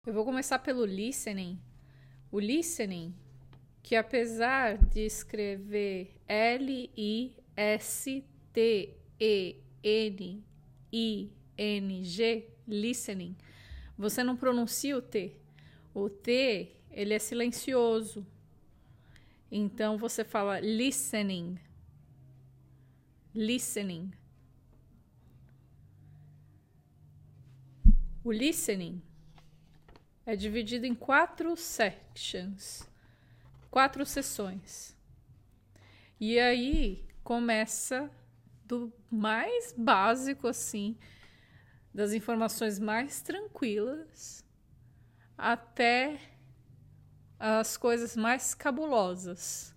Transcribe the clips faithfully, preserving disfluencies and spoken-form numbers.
Eu vou começar pelo listening. O listening, que apesar de escrever L I S T E N I N G, listening, você não pronuncia o T. O T, ele é silencioso. Então, você fala listening. Listening. O listening é dividido em quatro sections, quatro seções. E aí começa do mais básico, assim, das informações mais tranquilas, até as coisas mais cabulosas.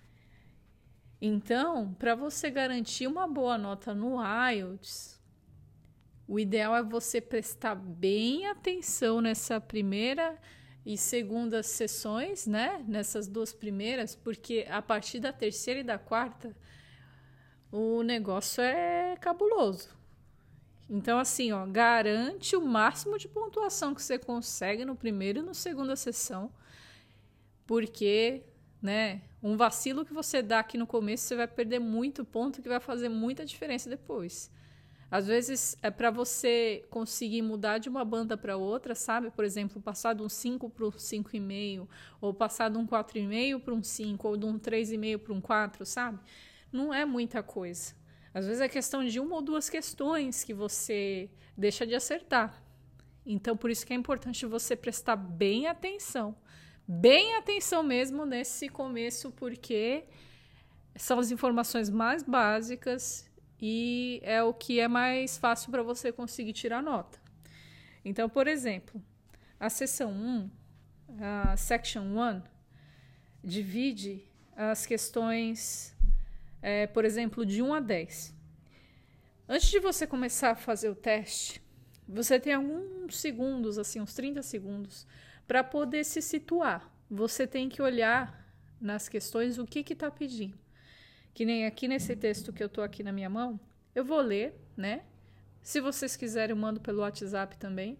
Então, para você garantir uma boa nota no I E L T S, o ideal é você prestar bem atenção nessa primeira e segunda sessões, né? Nessas duas primeiras, porque a partir da terceira e da quarta, o negócio é cabuloso. Então, assim, ó, garante o máximo de pontuação que você consegue no primeiro e no segunda sessão, porque, né, um vacilo que você dá aqui no começo, você vai perder muito ponto que vai fazer muita diferença depois. Às vezes, é para você conseguir mudar de uma banda para outra, sabe? Por exemplo, passar de um cinco para um cinco vírgula cinco, ou passar de um quatro vírgula cinco para um cinco, ou de um três vírgula cinco para um quatro, sabe? Não é muita coisa. Às vezes é questão de uma ou duas questões que você deixa de acertar. Então, por isso que é importante você prestar bem atenção. Bem atenção mesmo nesse começo, porque são as informações mais básicas e é o que é mais fácil para você conseguir tirar nota. Então, por exemplo, a seção um, a section um, divide as questões, é, por exemplo, de um a dez. Antes de você começar a fazer o teste, você tem alguns segundos, assim, uns trinta segundos, para poder se situar. Você tem que olhar nas questões o que está pedindo. Que nem aqui nesse texto que eu tô aqui na minha mão, eu vou ler, né? Se vocês quiserem, eu mando pelo WhatsApp também.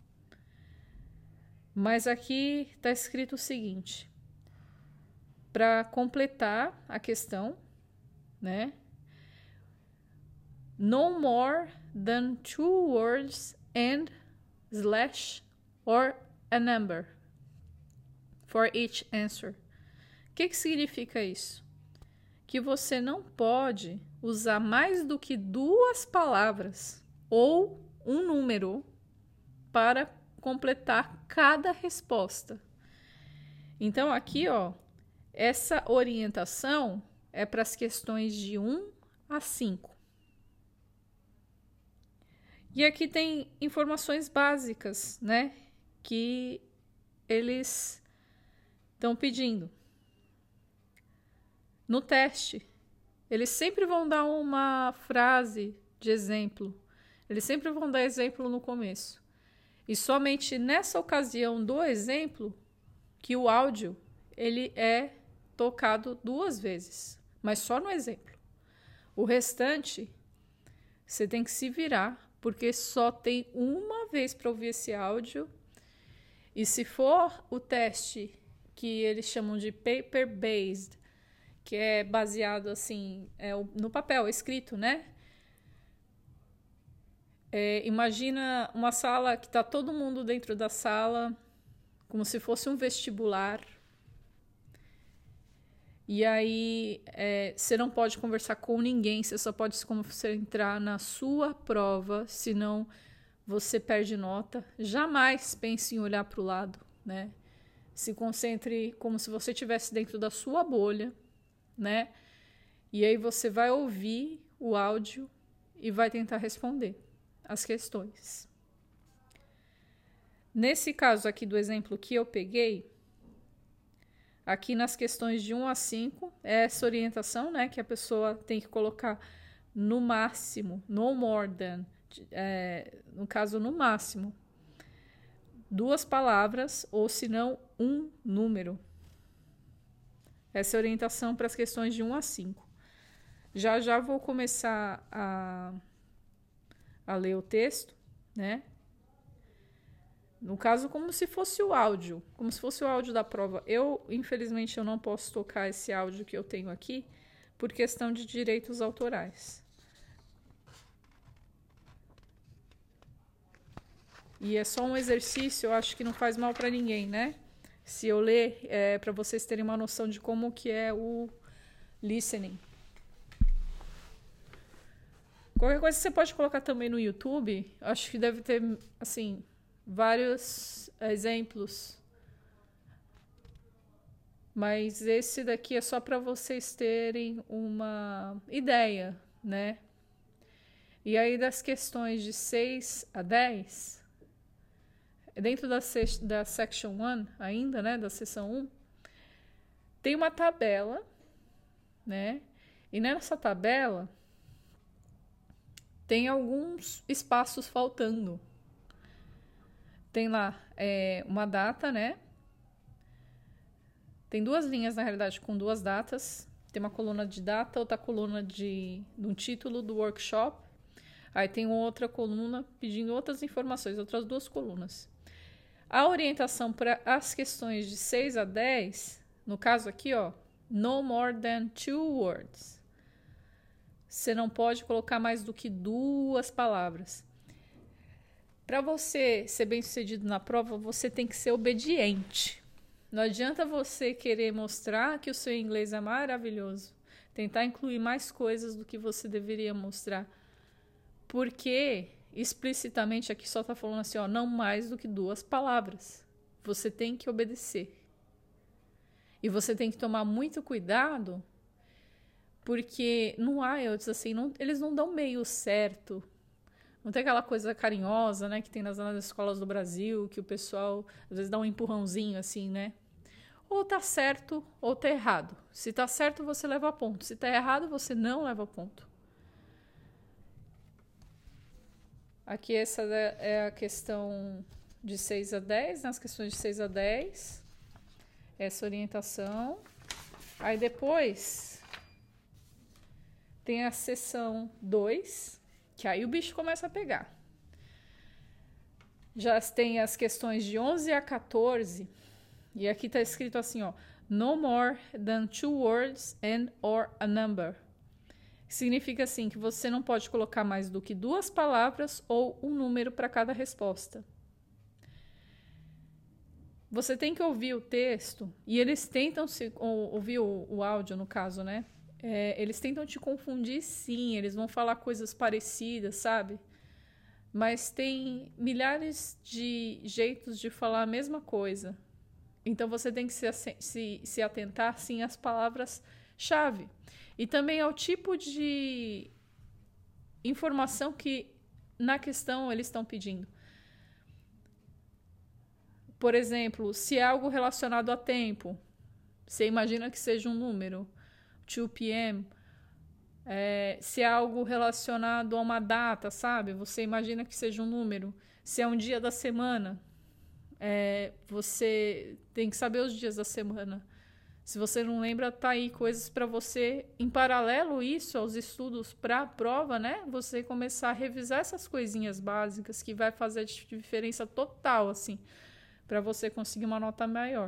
Mas aqui tá escrito o seguinte: para completar a questão, né? No more than two words and slash or a number for each answer. O que que significa isso? Que você não pode usar mais do que duas palavras ou um número para completar cada resposta. Então, aqui, ó, essa orientação é para as questões de um a cinco. E aqui tem informações básicas, né, que eles estão pedindo. No teste, eles sempre vão dar uma frase de exemplo. Eles sempre vão dar exemplo no começo. E somente nessa ocasião do exemplo que o áudio ele é tocado duas vezes, mas só no exemplo. O restante, você tem que se virar, porque só tem uma vez para ouvir esse áudio. E se for o teste que eles chamam de paper-based, que é baseado assim, é, no papel, escrito, né? É, imagina uma sala que está todo mundo dentro da sala, como se fosse um vestibular. E aí é, você não pode conversar com ninguém, você só pode se concentrar na sua prova, senão você perde nota. Jamais pense em olhar para o lado, né? Se concentre como se você estivesse dentro da sua bolha, né? E aí você vai ouvir o áudio e vai tentar responder as questões. Nesse caso aqui do exemplo que eu peguei, aqui nas questões de um a cinco, é essa orientação, né, que a pessoa tem que colocar no máximo, no more than, é, no caso no máximo, duas palavras ou se não um número. Essa é a orientação para as questões de um a cinco. Já já vou começar a, a ler o texto, né? No caso, como se fosse o áudio, como se fosse o áudio da prova. Eu, infelizmente, eu não posso tocar esse áudio que eu tenho aqui por questão de direitos autorais. E é só um exercício, eu acho que não faz mal para ninguém, né? Se eu ler, é, para vocês terem uma noção de como que é o listening. Qualquer coisa você pode colocar também no YouTube. Acho que deve ter, assim, vários exemplos. Mas esse daqui é só para vocês terem uma ideia, né? E aí, das questões de seis a dez, dentro da, da Section um, ainda, né? Da seção um, tem uma tabela, né? E nessa tabela tem alguns espaços faltando. Tem lá é, uma data, né? Tem duas linhas, na realidade, com duas datas. Tem uma coluna de data, outra coluna de um título do workshop. Aí tem outra coluna pedindo outras informações, outras duas colunas. A orientação para as questões de seis a dez, no caso aqui, ó, no more than two words. Você não pode colocar mais do que duas palavras. Para você ser bem-sucedido na prova, você tem que ser obediente. Não adianta você querer mostrar que o seu inglês é maravilhoso, tentar incluir mais coisas do que você deveria mostrar, porque explicitamente aqui só está falando assim, ó, não mais do que duas palavras. Você tem que obedecer. E você tem que tomar muito cuidado, porque no I E L T S, assim, não, eles não dão meio certo. Não tem aquela coisa carinhosa, né, que tem nas, nas escolas do Brasil, que o pessoal às vezes dá um empurrãozinho assim, né? Ou tá certo ou tá errado. Se tá certo, você leva ponto. Se tá errado, você não leva ponto. Aqui essa é a questão de seis a dez, nas questões de seis a dez. Essa orientação. Aí depois tem a seção dois, que aí o bicho começa a pegar. Já tem as questões de onze a quatorze, e aqui está escrito assim, ó, no more than two words and or a number. Significa assim, que você não pode colocar mais do que duas palavras ou um número para cada resposta. Você tem que ouvir o texto, e eles tentam se, ou, ouvir o, o áudio, no caso, né? É, eles tentam te confundir, sim, eles vão falar coisas parecidas, sabe? Mas tem milhares de jeitos de falar a mesma coisa. Então, você tem que se, se, se atentar, sim, às palavras-chave. E também ao tipo de informação que, na questão, eles estão pedindo. Por exemplo, se é algo relacionado a tempo, você imagina que seja um número, two p m. É, se é algo relacionado a uma data, sabe? Você imagina que seja um número. Se é um dia da semana, é, você tem que saber os dias da semana. Se você não lembra, tá aí coisas para você, em paralelo isso aos estudos para a prova, né? Você começar a revisar essas coisinhas básicas que vai fazer a diferença total, assim, para você conseguir uma nota maior.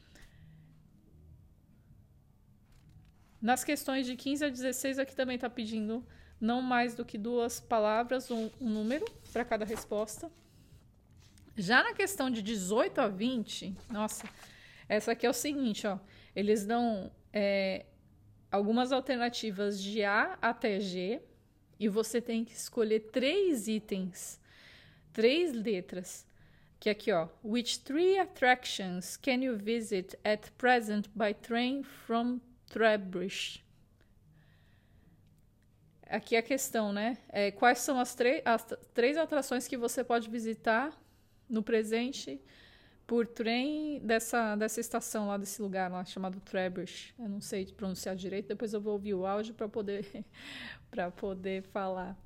Nas questões de quinze a dezesseis, aqui também está pedindo não mais do que duas palavras, um, um número para cada resposta. Já na questão de dezoito a vinte, nossa, essa aqui é o seguinte, ó, eles dão é, algumas alternativas de A até G e você tem que escolher três itens, três letras, que é aqui, ó, which three attractions can you visit at present by train from Trowbridge? Aqui é a questão, né? É, quais são as, as três atrações que você pode visitar no presente por trem dessa, dessa estação lá, desse lugar lá, chamado Trowbridge. Eu não sei pronunciar direito, depois eu vou ouvir o áudio para poder, para poder falar.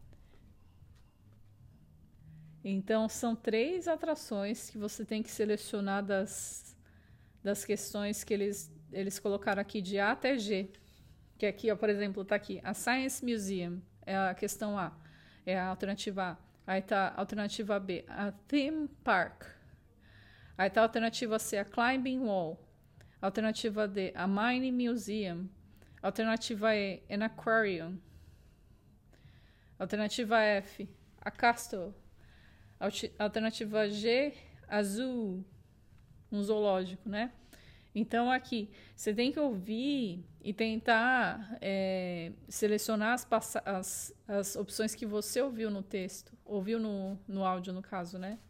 Então, são três atrações que você tem que selecionar das, das questões que eles, eles colocaram aqui de A até G. Que aqui, ó, por exemplo, está aqui. A Science Museum é a questão A, é a alternativa A. Aí está a alternativa B, a Theme Park. Aí tá a alternativa C, a Climbing Wall. Alternativa D, a Mining Museum. Alternativa E, an Aquarium. Alternativa F, a Castle. Alternativa G, a Zoo. Um zoológico, né? Então, aqui, você tem que ouvir e tentar é, selecionar as, as, as opções que você ouviu no texto. Ouviu no, no áudio, no caso, né?